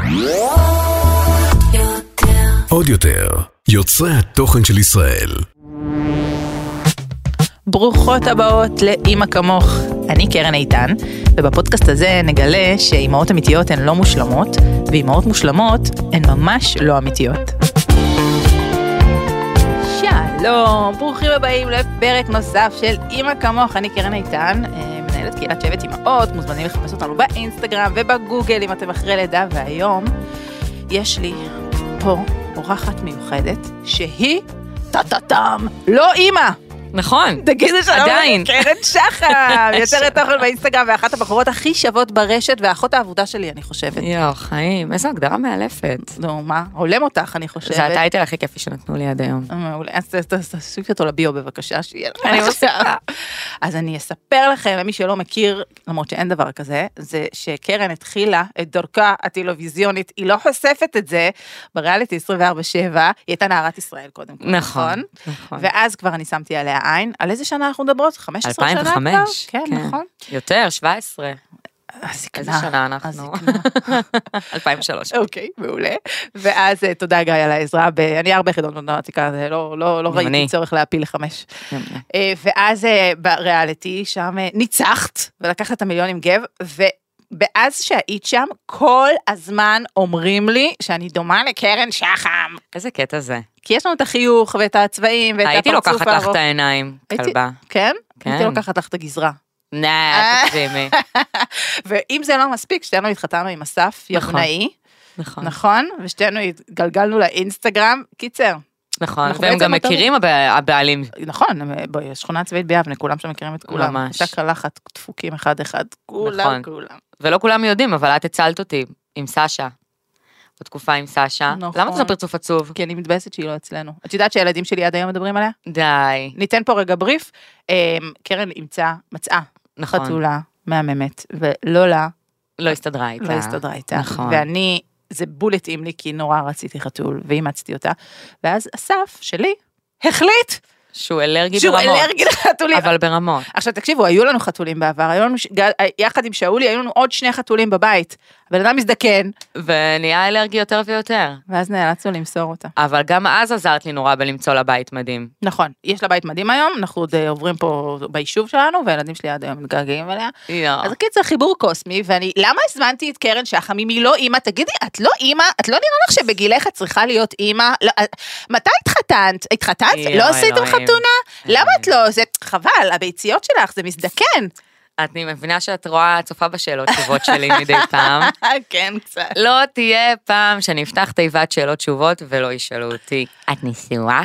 עוד יותר, יוצרי התוכן של ישראל. ברוכות הבאות לאמא כמוך. אני קרן איתן, ובפודקאסט הזה נגלה שאימהות אמיתיות הן לא מושלמות, ואימהות מושלמות הן ממש לא אמיתיות. שלום, ברוכים הבאים לפרק נוסף של אמא כמוך. אני קרן איתן, מנהלת קהילת שבט אימהות, מוזמנים לחפש אותנו באינסטגרם ובגוגל אם אתם אחרי לידה, והיום יש לי פה אורחת מיוחדת שהיא טה-טה-טם, לא אמא. נכון. תגידו שלום, עדיין. קרן שחם, יוצרת תוכן באינסטגרם, ואחת הבחורות הכי שוות ברשת, ואחות העבודה שלי, אני חושבת. יו, חיים, איזו הגדרה מאלפת. נו, מה? הולם אותך, אני חושבת. זה הטייטל הכי כיפי שנתנו לי עד היום. מעולה, אז תוסיפי אותו לביו בבקשה, שיהיה לך. אני מוסיפה. אז אני אספר לכם, למי שלא מכיר, למרות שאין דבר כזה, זה שקרן התחילה את דורכה הטלוויזיונית, היא לא חושפת את זה, בריאליטי 24/7, היא הייתה נערת ישראל קודם כל. נכון. ואז כבר אני שמתי עליה עין. על איזה שנה אנחנו מדברות? 15 שנה כבר? 2005. כן, נכון. יותר, 17. הזקנה. איזה שנה אנחנו? 2003. אוקיי, מעולה. ואז תודה גיא על העזרה, אני 4 יחידות מתמטיקה, לא ראיתי צורך להפיל 5. ואז בריאליטי שם ניצחת, ולקחת את המיליון עם גב, ואז שהיית שם, כל הזמן אומרים לי שאני דומה לקרן שחם. איזה קטע זה. כי יש לנו את החיוך ואת הצבעים ואת הפרצוף הארוך. הייתי לוקחת לך את העיניים, כלבה. כן? כן. הייתי לוקחת לך את הגזרה. תגזימי. ואם זה לא מספיק, שתינו התחתנו עם אסף יבנאי. נכון? ושתינו התגלגלנו לאינסטגרם. קיצר. נכון, והם גם מכירים הבעלים. נכון, בואי, שכונה צבאית ביבנה, כולם שם מכירים את כולם. ממש. הייתה קלחת, דפוקים אחד, כולם. ולא כולם יודעים, אבל את הצלת אותי עם סשה. בתקופה עם סשה. למה אתה פרצוף עצוב? כי אני מתבאסת שהיא לא אצלנו. את יודעת שהילדים שלי עד היום מדברים עליה? די. ניתן פה רגע בריף. קרן מצאה חתולה מהממת, ולא לה. לא הסתדרה איתה. לא הסתדרה איתה. נכון. ואני, זה בולט עם לי, כי נורא רציתי חתול, ואימצתי אותה. ואז אסף שלי החליט שהוא אלרגי ברמות. שהוא אלרגי לחתולים. אבל ברמות. עכשיו תקשיבו, היו לנו חתולים בעבר, היו לנו, יחד עם שאולי, היו לנו עוד 2 חתולים בבית. הבן אדם מזדקן. ונהיה אלרגי יותר ויותר. ואז נאלצנו למסור אותה. אבל גם אז עזרת לי נורא בלמצוא לה בית מדהים. נכון, יש לה בית מדהים היום, אנחנו עוד עוברים פה ביישוב שלנו, והילדים שלי עד היום מתגעגעים אליה. אז קיצר חיבור קוסמי, ואני, למה הזמנתי את קרן שחם, אם היא לא אימא? תגידי, את לא אימא? את לא נראה לך שבגילך את צריכה להיות אימא? מתי התחתנת? התחתנת? לא עשיתם חתונה? למה את לא? זה חבל, הביציות שלך, זה מזדקן. אני מבינה שאת רואה צופה בשאלות תשובות שלי מדי פעם. כן, קצת. לא תהיה פעם שאני אפתח תיבת שאלות תשובות ולא ישאלו אותי, את נשואה?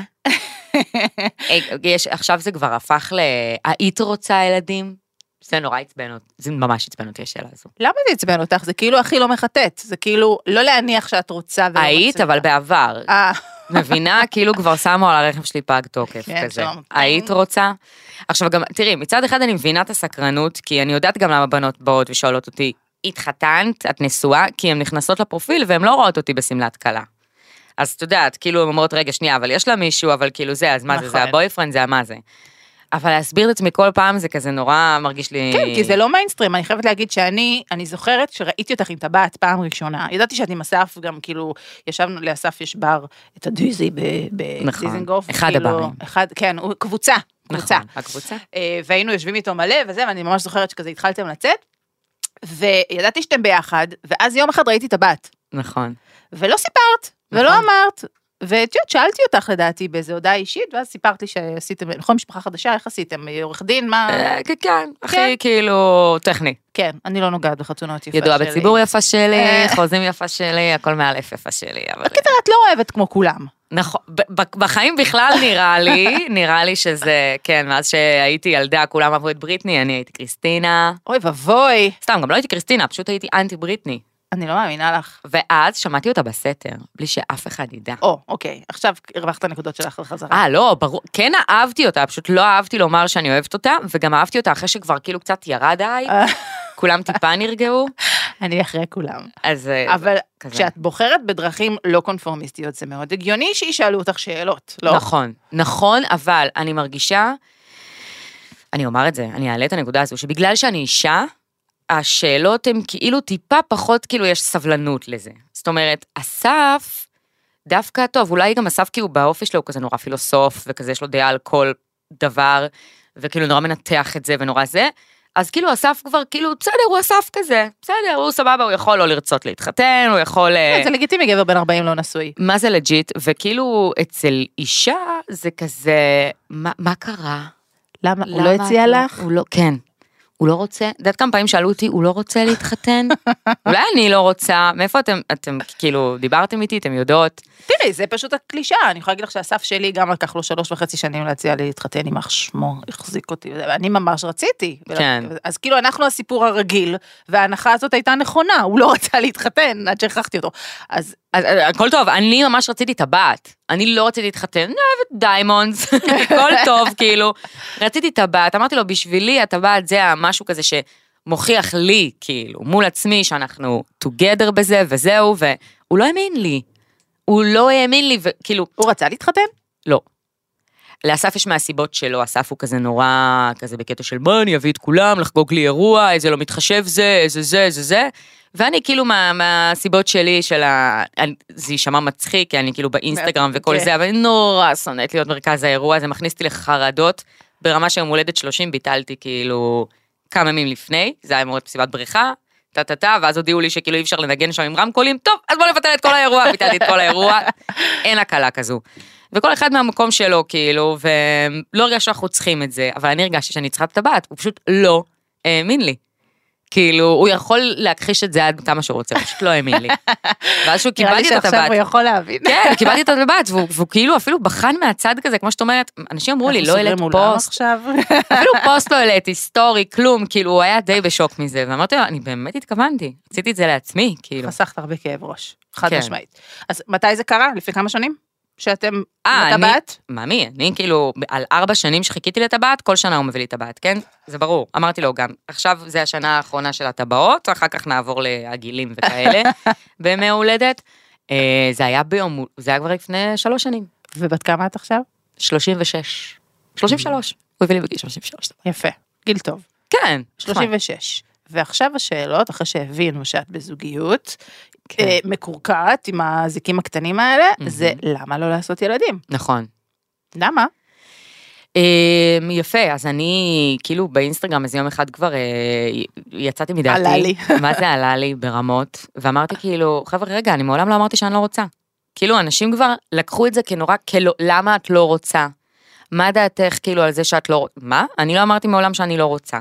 עכשיו זה כבר הפך היית רוצה ילדים? זה נורא עצבן אותי, זה ממש עצבן אותי השאלה הזו. למה זה עצבן אותך? זה כאילו הכי לא מחטט, זה כאילו לא להניח שאת רוצה ולא היית, אבל בעבר. מבינה, כאילו כבר שמו על הרכב שלי פג תוקף כזה. היית רוצה? עכשיו גם, תראי, מצד אחד אני מבינה את הסקרנות, כי אני יודעת גם למה בנות באות ושואלות אותי, התחתנת, את נשואה, כי הן נכנסות לפרופיל והן לא רואות אותי בסמלת קלה. אז את יודעת, כאילו הן אומרות, רגע, שנייה, אבל יש לה מישהו, אבל כאילו זה, אז מה זה? זה הבויפרנד, זה מה זה? אבל להסביר את עצמי כל פעם זה כזה נורא מרגיש לי... כן, כי זה לא מיינסטרים, אני חייבת להגיד שאני זוכרת שראיתי אותך עם טבעת פעם ראשונה, ידעתי שאת עם אסף גם כאילו, ישבנו לאסף יש בר את הדיזי בדיזינגוף. אחד הברים. כן, קבוצה. נכון, הקבוצה. והיינו יושבים איתו מלא וזה, ואני ממש זוכרת שכזה התחלתם לצאת, וידעתי שאתם ביחד, ואז יום אחד ראיתי טבעת. נכון. ולא סיפרת, ולא אמרת, ותיות, שאלתי אותך לדעתי באיזו הודעה אישית, ואז סיפרת לי שעשיתם, נכון, משפחה חדשה, איך עשיתם? עורך דין, מה? כן, הכי כאילו טכני. כן, אני לא נוגעת בחתונות יפה שלי. ידועה בציבור יפה שלי, חוזים יפה שלי, הכל מאלף יפה שלי. בקיצר, את לא אוהבת כמו כולם. נכון, בחיים בכלל נראה לי שזה, כן, מאז שהייתי ילדה, כולם אהבו את בריטני, אני הייתי קריסטינה. אוי ובוי. סתם, גם לא הייתי קריסטינה, פשוט הייתי אנטי בריטני. אני לא מאמינה לך. ואז שמעתי אותה בסתר, בלי שאף אחד ידע. אוקיי, עכשיו הרווחת הנקודות שלך לחזרה. לא, ברור, כן אהבתי אותה, פשוט לא אהבתי לומר שאני אוהבת אותה, וגם אהבתי אותה אחרי שכבר כאילו קצת ירד ההייפ, כולם טיפה נרגעו. אני אחרי כולם. אבל כשאת בוחרת בדרכים לא קונפורמיסטיות, זה מאוד הגיוני שישאלו אותך שאלות, לא? נכון, אבל אני מרגישה, אני אומר את זה, אני אעלה את הנקודה הזו, שבגלל שאני אישה, השאלות הן כאילו טיפה פחות, כאילו יש סבלנות לזה. זאת אומרת, אסף, דווקא טוב, אולי גם אסף כאילו באופי שלו הוא כזה נורא פילוסוף, וכזה יש לו דעה על כל דבר, וכאילו נורא מנתח את זה ונורא זה, אז כאילו אסף כבר, כאילו, בסדר, הוא אסף כזה, בסדר, הוא סבבה, הוא יכול לא לרצות להתחתן, הוא יכול... זה לגיטימי, גבר בן 40 לא נשוי. מה זה לג'יט? וכאילו, אצל אישה זה כזה, מה קרה? למה? הוא לא הציע לך? הוא לא, כן. הוא לא רוצה, יודעת כמה פעמים שאלו אותי, הוא לא רוצה להתחתן? אולי אני לא רוצה, מאיפה אתם כאילו, דיברתם איתי, אתם יודעות? תראי, זה פשוט הקלישה, אני יכולה להגיד לך שהסף שלי גם לקח לו 3.5 שנים להציע להתחתן עם אח שמו, החזיק אותי, אני ממש רציתי. כן. אז כאילו אנחנו הסיפור הרגיל, וההנחה הזאת הייתה נכונה, הוא לא רצה להתחתן, עד שהכרחתי אותו. אז הכל טוב, אני ממש רציתי את הבת, אני לא רציתי להתחתן, אני אוהבת דיימונדס, הכל טוב, כאילו, רציתי את הבת, אמרתי לו, בשבילי הטבעת זה משהו כזה שמוכיח לי, כאילו, מול עצמי, שאנחנו together בזה, וזהו, והוא לא האמין לי, הוא לא האמין לי, וכאילו... הוא רצה להתחתן? לא. לאסף יש מהסיבות שלו, אסף הוא כזה נורא, כזה בקטע של מה, אני אביא את כולם, לחגוג לי אירוע, איזה לא מתחשב זה, איזה, ואני כאילו מהסיבות שלי זה יישמע מצחיק, כי אני כאילו באינסטגרם וכל זה, אבל אני נורא שונאת להיות מרכז האירוע, זה מכניס אותי לחרדות, ברמה שיום הולדת 30 ביטלתי כאילו כמה ימים לפני, זה היה מאוד מסיבת בריכה, ואז הודיעו לי שכאילו אי אפשר לנגן שם עם רמקולים, טוב, אז בוא נבטל את כל האירוע, ביטלתי את כל האירוע, אין הקלה כזו. וכל אחד מהמקום שלו, כאילו, ולא הרגש שאנחנו צריכים את זה, אבל אני הרגשתי שאני צריכה את הטבעת, הוא פשוט לא האמין לי. כאילו, הוא יכול להכחיש את זה עד כמה שהוא רוצה, הוא פשוט לא האמין לי. ואז שהוא קיבלתי את הטבעת. נראה לי שעכשיו הוא יכול להבין. כן, קיבלתי את הטבעת, והוא כאילו אפילו בחן מהצד כזה, כמו שאת אומרת, אנשים אמרו לי, לא העלית פוסט. אפילו פוסט לא העליתי, סטורי, כלום, כאילו, הוא היה די בשוק מזה, ואמרתי לו, אני באמת התכוונתי, עשיתי את זה לעצמי, כאילו. חסכת הרבה כאב ראש, חד משמעית. אז מתי זה קרה? לפני כמה שנים? שאתם לטבעת? מאמי, אני כאילו, על 4 שנים שחיכיתי לטבעת, כל שנה הוא מביא לי טבעת, כן? זה ברור. אמרתי לו גם, עכשיו זה השנה האחרונה של הטבעות, אחר כך נעבור לעגילים וכאלה, בימי הולדת. זה היה כבר לפני 3 שנים. ובת כמה את עכשיו? 36. 33. הוא הביא לי בגיל 33. יפה, גיל טוב. כן. 36. ועכשיו השאלות, אחרי שהבינו שאת בזוגיות, מקורקעת עם הזיקים הקטנים האלה, זה למה לא לעשות ילדים? נכון. למה? יפה, אז אני כאילו באינסטגרם איזה יום אחד כבר יצאתי מדעתי. עלה לי. מה זה עלה לי ברמות, ואמרתי כאילו, חבר'ה רגע, אני מעולם לא אמרתי שאני לא רוצה. כאילו אנשים כבר לקחו את זה כנורא, למה את לא רוצה? מה דעתך כאילו על זה שאת לא רוצה? מה? אני לא אמרתי מעולם שאני לא רוצה.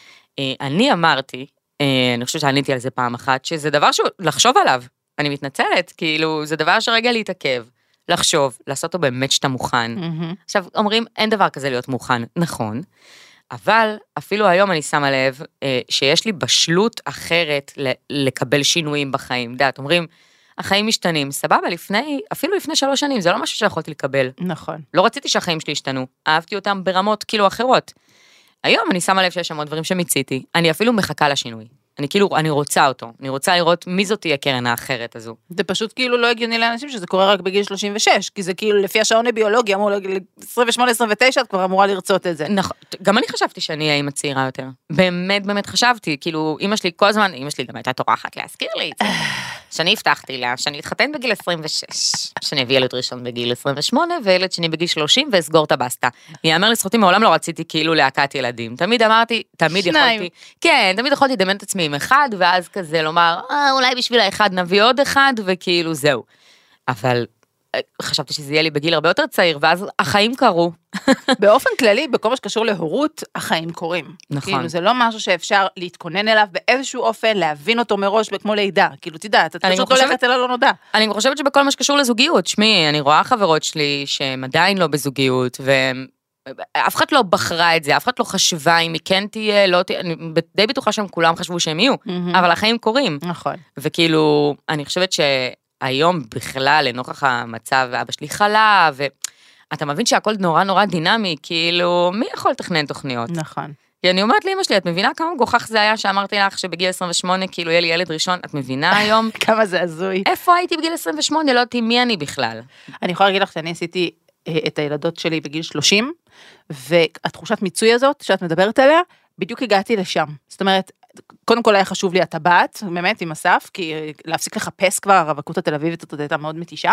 אני אמרתי, אני חושבת שעניתי על זה פעם אחת, שזה דבר לחשוב עליו, אני מתנצלת, כאילו, זה דבר שרגע להתעכב, לחשוב, לעשות אותו באמת שאתה מוכן. עכשיו, אומרים, אין דבר כזה להיות מוכן, נכון, אבל אפילו היום אני שמה לב, שיש לי בשלות אחרת לקבל שינויים בחיים, דעת, אומרים, החיים משתנים, סבבה, אפילו לפני 3 שנים, זה לא משהו שיכולתי לקבל. נכון. לא רציתי שהחיים שלי ישתנו, אהבתי אותם ברמות כאילו אחרות. היום אני שמה לב שיש שם עוד דברים שמיציתי, אני אפילו מחכה לשינוי. אני רוצה אותו, אני רוצה לראות מי זאת תהיה קרן האחרת הזו. זה פשוט כאילו לא הגיוני לאנשים שזה קורה רק בגיל 36, כי זה כאילו לפי השעון הביולוגי, אמור להגיד 28-29, את כבר אמורה לרצות את זה. נכון, גם אני חשבתי שאני אהיה אימא צעירה יותר. באמת חשבתי, כאילו אמא שלי כל הזמן, אמא שלי גם הייתה טורחת להזכיר לי את זה. שאני הבטחתי לה, שאני אתחתן בגיל 26, שאני אביא ילד ראשון בגיל 28, וילד שני בגיל 30, ואסגור את הבסטה. יאמר לזכותי, מעולם לא רציתי כאילו להקת ילדים. תמיד אמרתי, תמיד יכולתי, כן, תמיד יכולתי לדמיין את עצמי עם אחד, ואז כזה לומר, אולי בשביל האחד נביא עוד אחד, וכאילו זהו. אבל חשבתי שזה יהיה לי בגיל הרבה יותר צעיר, ואז החיים קרו. באופן כללי, בכל מה שקשור להורות, החיים קורים. נכון. כאילו, זה לא משהו שאפשר להתכונן אליו באיזשהו אופן, להבין אותו מראש כמו לידה. כאילו, תדעת, את פשוט הולכת אליו לא נודע. אני חושבת שבכל מה שקשור לזוגיות, שמי, אני רואה חברות שלי שהן עדיין לא בזוגיות, ואף אחד לא בחרה את זה, אף אחד לא חשבה אם היא כן תהיה, לא תהיה, אני די בטוחה שהם כולם חשבו שהם יהיו, אבל החיים קורים. נכון. וכאילו, אני חושבת שהיום בכלל, לנוכח המצב, אבא שלי חלה, ואתה מבין שהכל נורא דינמי, כאילו, מי יכול לתכנן תוכניות? נכון. כי אני אומרת לאמא שלי, את מבינה כמה גוחך זה היה שאמרתי לך שבגיל 28 כאילו יהיה לי ילד ראשון, את מבינה היום? כמה זה הזוי. איפה הייתי בגיל 28? לא יודעת מי אני בכלל. אני יכולה להגיד לך שאני עשיתי את הילדות שלי בגיל 30, והתחושת מיצוי הזאת שאת מדברת עליה, בדיוק הגעתי לשם. זאת אומרת, קודם כל היה חשוב לי הטבעת, באמת, עם אסף, כי להפסיק לחפש כבר, הרווקות התל אביבית, זאת הייתה מאוד מתישה,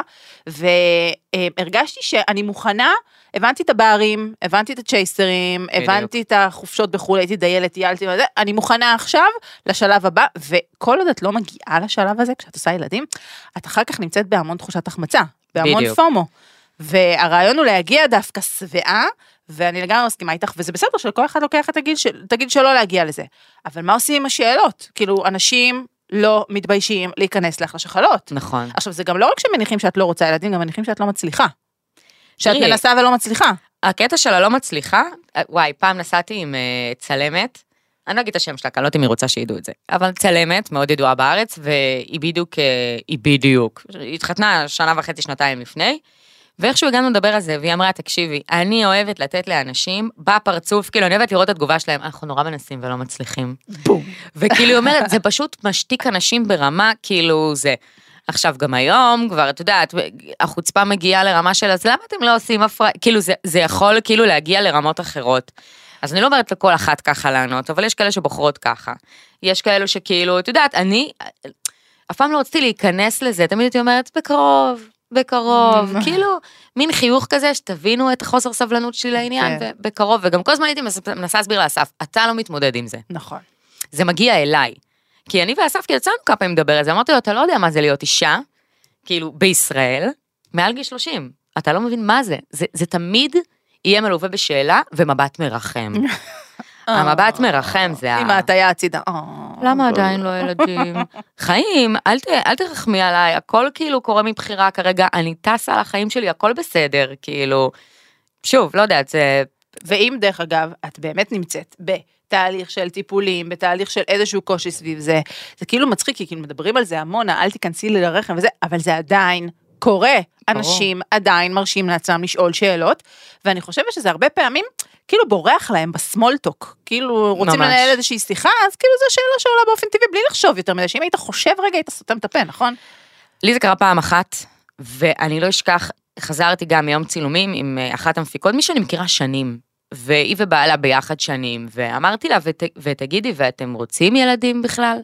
והרגשתי שאני מוכנה, הבנתי את הברים, הבנתי את הצ'ייסרים, הבנתי את החופשות בחו"ל, הייתי דיילת, טיילתי, אני מוכנה עכשיו לשלב הבא, וכל עוד את לא מגיעה לשלב הזה, כשאת עושה ילדים, את אחר כך נמצאת בהמון תחושת החמצה, בהמון פומו, והרעיון הוא להגיע דווקא שבעה, ואני לגמרי מסכימה איתך, וזה בסדר שכל אחד לוקח את תגיד שלא להגיע לזה. אבל מה עושים עם השאלות? כאילו, אנשים לא מתביישים להיכנס לך לשחלות. נכון. עכשיו, זה גם לא רק שמניחים שאת לא רוצה ילדים, גם מניחים שאת לא מצליחה. שאת מנסה ולא מצליחה. הקטע שלה לא מצליחה, וואי, פעם נסעתי עם צלמת, אני לא אגיד את השם שלה, כי אני לא יודעת אם היא רוצה שידעו את זה, אבל צלמת, מאוד ידועה בארץ, והיא בדיוק, היא התחתנה 1.5 שנתיים לפני, ואיכשהו הגענו לדבר על זה, והיא אמרה, תקשיבי, אני אוהבת לתת לאנשים בפרצוף, כאילו אני אוהבת לראות את התגובה שלהם, אנחנו נורא מנסים ולא מצליחים. בום. וכאילו היא אומרת, זה פשוט משתיק אנשים ברמה, כאילו זה. עכשיו גם היום, כבר את יודעת, החוצפה מגיעה לרמה של, אז למה אתם לא עושים הפרעה? כאילו זה יכול כאילו להגיע לרמות אחרות. אז אני לא אומרת לכל אחת ככה לענות, אבל יש כאלה שבוחרות ככה. יש כאלו שכאילו, את יודעת, אני אף פעם לא רציתי להיכנס לזה, תמיד הייתי אומרת, בקרוב, כאילו, מין חיוך כזה, שתבינו את החוסר סבלנות שלי לעניין, ובקרוב, וגם כל הזמן הייתי מנסה להסביר לאסף, אתה לא מתמודד עם זה. נכון. זה מגיע אליי. כי אני ואסף, כי יצאנו כמה פעמים לדבר על זה, אמרתי לו, אתה לא יודע מה זה להיות אישה, כאילו, בישראל, מעל גיל 30, אתה לא מבין מה זה. זה תמיד יהיה מלווה בשאלה, ומבט מרחם. המבט מרחם זה אם את היה הצידה. למה עדיין לא ילדים? חיים, אל תרחמי עליי, הכל כאילו קורה מבחירה כרגע, אני טסה על החיים שלי, הכל בסדר, כאילו, שוב, לא יודעת, זה... ואם דרך אגב, את באמת נמצאת בתהליך של טיפולים, בתהליך של איזשהו קושי סביב זה, זה כאילו מצחיק, כי כאילו מדברים על זה המון, אל תיכנסי לי לרחם וזה, אבל זה עדיין קורה. אנשים עדיין מרשים לעצמם לשאול שאלות, ואני חושבת שזה הרבה פעמים, כאילו בורח להם בסמולטוק, כאילו רוצים לנהל איזושהי שיחה, אז כאילו זו שאלה שעולה באופן טבעי, בלי לחשוב יותר מדי, שאם היית חושב רגע, היית סותם את הפה, נכון? לי זה קרה פעם אחת, ואני לא אשכח, חזרתי גם מיום צילומים עם אחת המפיקות, מי שאני מכירה שנים, והיא ובעלה ביחד שנים, ואמרתי לה, ותגידי, ואתם רוצים ילדים בכלל?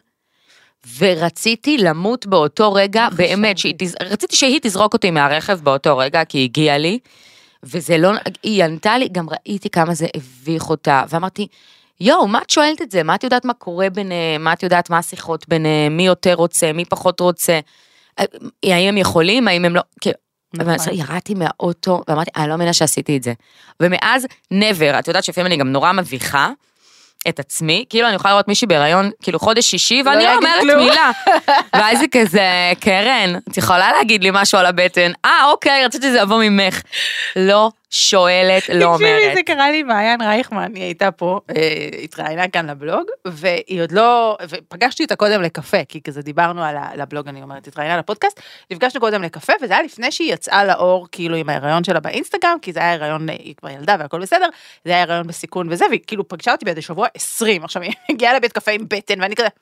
ורציתי למות באותו רגע, באמת, רציתי שהיא תזרוק אותי מהרכב באותו רגע, כי היא הגיעה לי, וזה לא, היא ענתה לי, גם ראיתי כמה זה הביך אותה, ואמרתי, יואו, מה את שואלת את זה? מה את יודעת מה קורה ביניהם? מה את יודעת מה השיחות ביניהם? מי יותר רוצה? מי פחות רוצה? האם הם יכולים? האם הם לא... ירדתי מהאוטו, ואמרתי, אני לא מבינה שעשיתי את זה. ומאז, never, את יודעת שלפעמים אני גם נורא מביכה, את עצמי, כאילו אני יכולה לראות מישהי בהיריון, כאילו חודש שישי, ואני לא אומרת מילה. ואז זה כזה, קרן, את יכולה להגיד לי משהו על הבטן? אוקיי, רציתי שזה יבוא ממך. לא שואלת, לא אומרת. תקשיבי, זה קרה לי מעיין רייכמן, היא הייתה פה, התראיינה כאן לבלוג, והיא עוד לא, ופגשתי אותה קודם לקפה, כי כזה דיברנו על הבלוג, אני אומרת, התראיינה לפודקאסט, נפגשנו קודם לקפה, וזה היה לפני שהיא יצאה לאור, כאילו עם ההיריון שלה באינסטגרם, כי זה היה הריון, היא כבר ילדה והכל בסדר, זה היה הריון בסיכון וזה, והיא כאילו פגשה אותי באיזה שבוע 20, עכשיו היא הגיעה לבית קפה עם בטן, ואני כזה,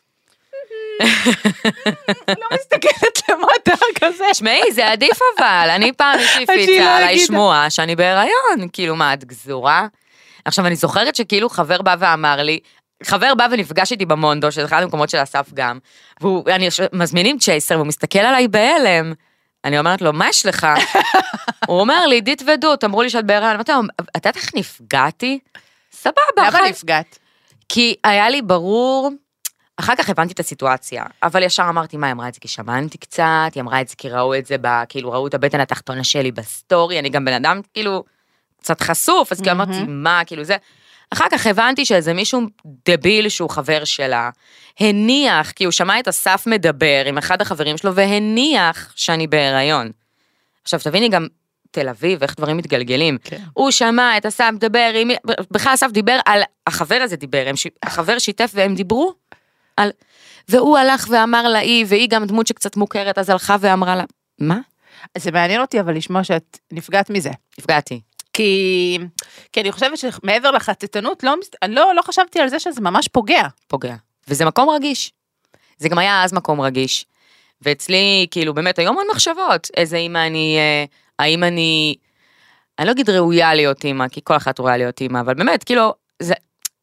לא מסתכלת למטה כזה. שמעי, זה עדיף אבל, אני פעם הפיצה עליי שמועה שאני בהיריון, כאילו מה, את גזורה? עכשיו אני זוכרת שכאילו חבר בא ואמר לי, חבר בא ונפגש איתי במונדו, שזה אחד המקומות של אסף גם, ואני מזמינים צ'ייסר, והוא מסתכל עליי בהלם, אני אומרת לו, מה יש לך? הוא אומר לי, דית ודות, אמרו לי שאת בהיריון, אתה איך נפגעתי? סבבה. למה נפגעת? כי היה לי ברור, אחר כך הבנתי את הסיטואציה, אבל ישר אמרתי, מה, היא אמרה את זה כי שמענתי קצת, היא אמרה את זה כי ראו את זה, כאילו ראו את הבטן התחתונה שלי בסטורי, אני גם בן אדם כאילו קצת חשוף, אז כאילו אמרתי, מה, כאילו זה, אחר כך הבנתי שאיזה מישהו דביל שהוא חבר שלה, הניח, כי הוא שמע את אסף מדבר עם אחד החברים שלו, והניח שאני בהיריון. עכשיו תביני גם תל אביב, איך דברים מתגלגלים. הוא שמע את אסף מדבר, בכלל אסף דיבר על, החבר הזה דיבר, החבר שיתף והם דיברו, והוא הלך ואמר לה, והיא גם דמות שקצת מוכרת, אז הלכה ואמרה לה, מה? זה מעניין אותי, אבל לשמוע שאת נפגעת מזה. נפגעתי. כי אני חושבת שמעבר לחטטנות, אני לא חשבתי על זה שזה ממש פוגע. פוגע. וזה מקום רגיש. זה גם היה אז מקום רגיש. ואצלי, כאילו, באמת, היום אין מחשבות. איזה אימא האם אני לא אגיד ראויה להיות אימא, כי כל אחת ראויה להיות אימא, אבל באמת, כאילו,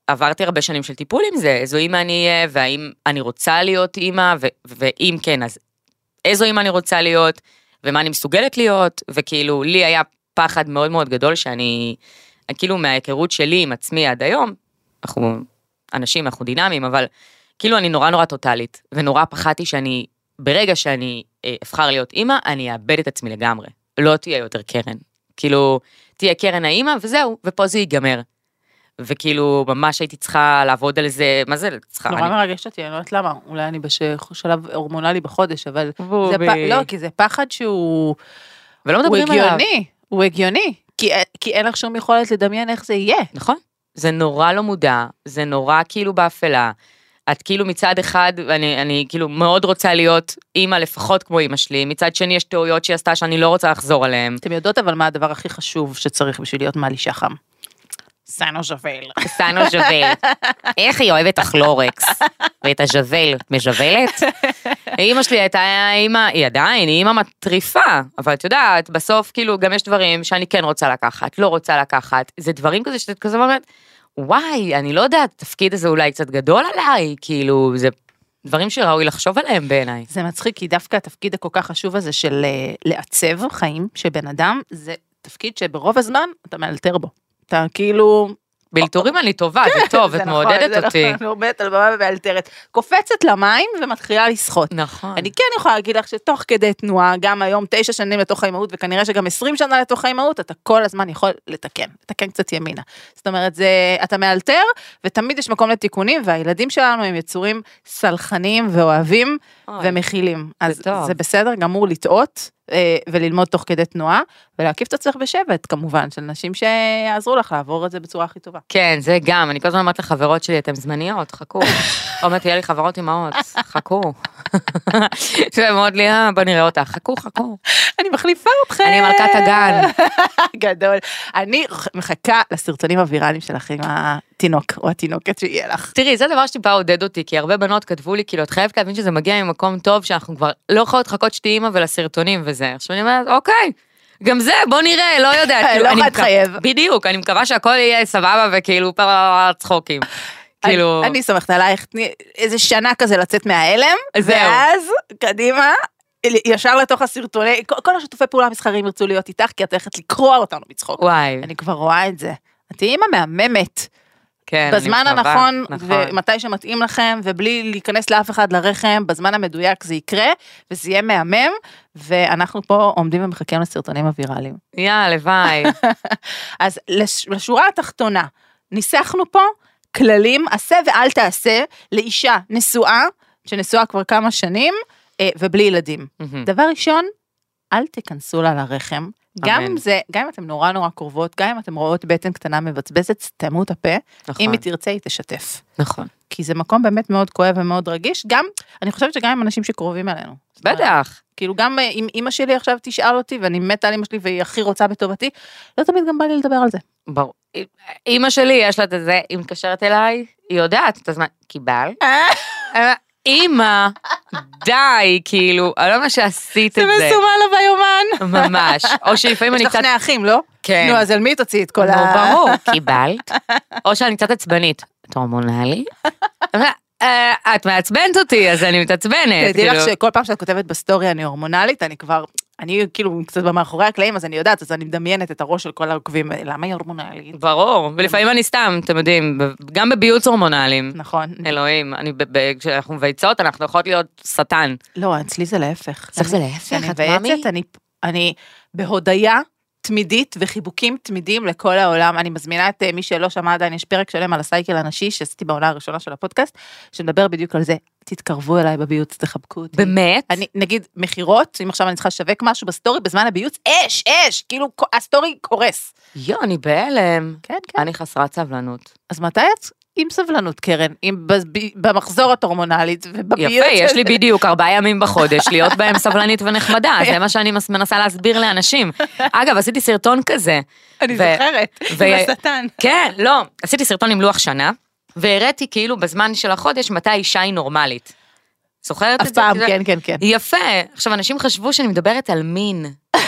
עברתי הרבה שנים של טיפול עם זה, איזו אימא אני אהיה, והאם אני רוצה להיות אימא, ואם כן, אז איזו אימא אני רוצה להיות, ומה אני מסוגלת להיות, וכאילו, לי היה פחד מאוד מאוד גדול, שאני, כאילו מההיכרות שלי עם עצמי עד היום, אנחנו אנשים, אנחנו דינמיים, אבל כאילו אני נורא נורא טוטלית, ונורא פחדתי שאני, ברגע שאני אבחר להיות אימא, אני אאבד את עצמי לגמרי. לא תהיה יותר קרן. כאילו, תהיה קרן האימא, וזהו, ופה זה ייגמר. וכאילו, ממש הייתי צריכה לעבוד על זה, מה זה צריכה? נורא מרגש אותי, אני לא יודעת למה, אולי אני בשלב הורמונלי בחודש, אבל לא, כי זה פחד שהוא הגיוני, הוא הגיוני, כי אין לך שום יכולת לדמיין איך זה יהיה. נכון, זה נורא לא מודע, זה נורא כאילו באפלה, את כאילו מצד אחד, אני כאילו מאוד רוצה להיות אימא לפחות כמו אימא שלי, מצד שני יש טעויות שהיא עשתה שאני לא רוצה לחזור עליהן. אתם יודעות אבל מה הדבר הכי חשוב שצריך בשביל להיות מעלי שחם? סנו ז'בל. סנו ז'בל. איך היא אוהבת החלורקס? ואת הז'בל, מז'בלת? אמא שלי הייתה אימא, היא עדיין, היא אימא מטריפה, אבל את יודעת, בסוף כאילו גם יש דברים שאני כן רוצה לקחת, לא רוצה לקחת, זה דברים כזה שאת כזה אומרת, וואי, אני לא יודעת, התפקיד הזה אולי קצת גדול עליי, כאילו, זה דברים שראוי לחשוב עליהם בעיניי. זה מצחיק, כי דווקא התפקיד הכל כך חשוב הזה של לעצב חיים של בן אדם, זה תפקיד שברוב הזמן אתה מאלתר בו. אתה כאילו... בלתורים אני טובה, זה טוב, את מעודדת אותי. אני עומדת על במה ומאלתרת. קופצת למים ומתחילה לשחות. נכון. אני כן יכולה להגיד לך שתוך כדי תנועה, גם היום 9 שנים לתוך האימהות, וכנראה שגם 20 שנה לתוך האימהות, אתה כל הזמן יכול לתקן קצת ימינה. זאת אומרת, אתה מאלתר, ותמיד יש מקום לתיקונים, והילדים שלנו הם יצורים סלחניים ואוהבים ומכילים. אז זה בסדר, גמור לטעות. וללמוד תוך כדי תנועה, ולהקיף את עצמך בשבט, כמובן, של נשים שיעזרו לך לעבור את זה בצורה הכי טובה. כן, זה גם, אני כל הזמן אומרת לחברות שלי, אתן זמניות, חכו. אומרת, תהיה לי חברות אמהות, חכו. זה מאוד לי, בוא נראה אותך, חכו. אני מחליפה אתכם. אני מלכת הגן. גדול. אני מחכה לסרטונים הוויראליים שלך עם התינוק, או התינוקת שיהיה לך. תראי, זה דבר שטיפה עודד אותי, כי הרבה בנות כתבו לי, כאילו, את חייבת להבין שזה מגיע ממקום טוב, שאנחנו כבר לא יכולות לחכות שתהיי אימא ולסרטונים וזה. עכשיו אני אומרת, אוקיי, גם זה, בוא נראה, לא יודעת. לא חד חייב. בדיוק, אני מקווה שהכל יהיה סבבה וכאילו צחוקים. כאילו... אני סומכת עלייך, איזה שנה כזה לצאת מההלם, ואז, קדימה, ישר לתוך הסרטוני, כל השותפי פעולה המסחרים ירצו להיות איתך, כי את הולכת לקרוע אותנו מצחוק. וואי. אני כבר רואה את זה. את אימא מהממת. כן, בזמן הנכון, ומתי שמתאים לכם, ובלי להיכנס לאף אחד לרחם, בזמן המדויק זה יקרה, וזה יהיה מהמם, ואנחנו פה עומדים ומחכים לסרטונים הוויראליים. יאללה, ביי. אז לשורה התחתונה, ניסחנו פה כללים, עשה ואל תעשה, לאישה נשואה, שנשואה כבר כמה שנים, ובלי ילדים. דבר ראשון, אל תיכנסו לה לרחם, גם אם אתם נורא נורא קרובות, גם אם אתם רואות בטן קטנה מבצבצת, סתמו את הפה, אם היא תרצה היא תשתף. נכון. כי זה מקום באמת מאוד כואב ומאוד רגיש, גם, אני חושבת שגם עם אנשים שקרובים אלינו. בטח. כאילו גם אם אמא שלי עכשיו תשאל אותי, ואני מתה על אמא שלי והיא הכי רוצה בטובתי, לא תמיד גם בא לי לדבר על זה. ברור. אמא שלי יש לה את זה, היא מתקשרת אליי, היא יודעת את הזמן, קיבל. אמא, די, כאילו, אני לא מה שעשית את זה. זה מסומן לה ביומן. ממש. או שלפעמים אני קצת... יש לך שני אחים, לא? כן. נו, אז על מי תוציא את כל ה... ברור, קיבלת. או שאני קצת עצבנית. את הורמונלי? את מעצבנת אותי, אז אני מתעצבנת. תדעי לך שכל פעם שאת כותבת בסטורי אני הורמונלית, אני כאילו קצת במאחורי הקלעים, אז אני יודעת, אז אני מדמיינת את הראש של כל העוקבים, למה היא הורמונלית? ברור, ולפעמים אני סתם, אתם יודעים, גם בביוץ הורמונליים. נכון. אלוהים, כשאנחנו מבייצות, אנחנו יכולות להיות שטן. לא, אצלי זה להפך. איך זה להפך? את מבייצת, אני בהודיה תמידית וחיבוקים תמידים לכל העולם. אני מזמינה את מי שלא שמע עדיין, יש פרק שלם על הסייקל הנשי, שעשיתי בעונה הראשונה של הפודקאסט, שמדבר בדיוק על זה, תתקרבו אליי בביוץ, תחבקו אותי. באמת? אני, נגיד, מחירות, אם עכשיו אני צריכה לשווק משהו בסטורי, בזמן הביוץ, אש, כאילו הסטורי קורס. אני בהלם. כן. אני חסרת סבלנות. אז מתי את עם סבלנות, קרן? במחזור הטורמונלית ובביוץ? יפה, יש לי בדיוק 4 ימים בחודש, להיות בהם סבלנית ונחמדה, זה מה שאני מנסה להסביר לאנשים. אגב, עשיתי סרטון כזה. אני זוכרת, עם השטן. כן, לא, עשיתי סרטון עם לוח שנה, והראיתי כאילו בזמן של החודש, מתי האישה היא נורמלית. זוכרת את זה? אף פעם, כן. יפה. עכשיו, אנשים חשבו שאני מדברת על מין.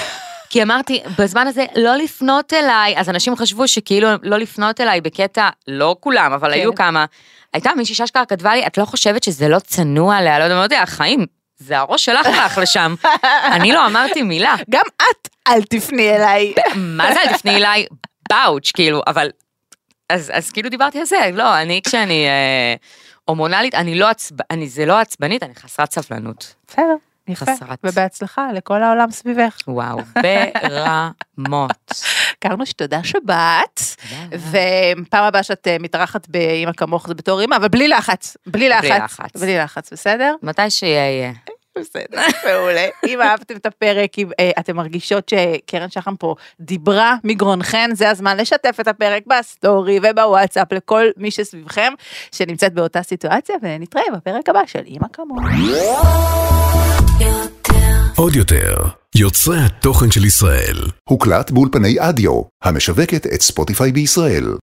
כי אמרתי, בזמן הזה לא לפנות אליי, אז אנשים חשבו שכאילו לא לפנות אליי בקטע, לא כולם, אבל היו כמה. הייתה מישהי שאשכרה כתבה לי, את לא חושבת שזה לא צנוע לה, לא יודע, החיים, זה הראש שלך לך לשם. אני לא אמרתי מילה. גם את, אל תפני אליי. מה זה אל תפני אליי? באוץ', כאילו, אבל, אז כאילו דיברתי על זה, לא, אני כשאני הומונלית, זה לא עצבנית, אני חסרת סבלנות. בסדר. יפה, ובהצלחה לכל העולם סביבך. וואו, ברמות. קראנו שתודה שבאת, ופעם הבאה שאת מתארחת באמא כמוך זה בתור אמא, אבל בלי לחץ, בלי לחץ, בסדר? מתי שיהיה. בסדר, מעולה. אם אהבתם את הפרק, אם אתם מרגישות שקרן שחם פה דיברה מגרונכן, זה הזמן לשתף את הפרק בסטורי ובוואטסאפ לכל מי שסביבכם, שנמצאת באותה סיטואציה, ונתראה בפרק הבא של אמא כמוך. עוד יותר, יוצרי התוכן של ישראל. הוקלט באולפני אדיו, המשווקת את ספוטיפיי בישראל.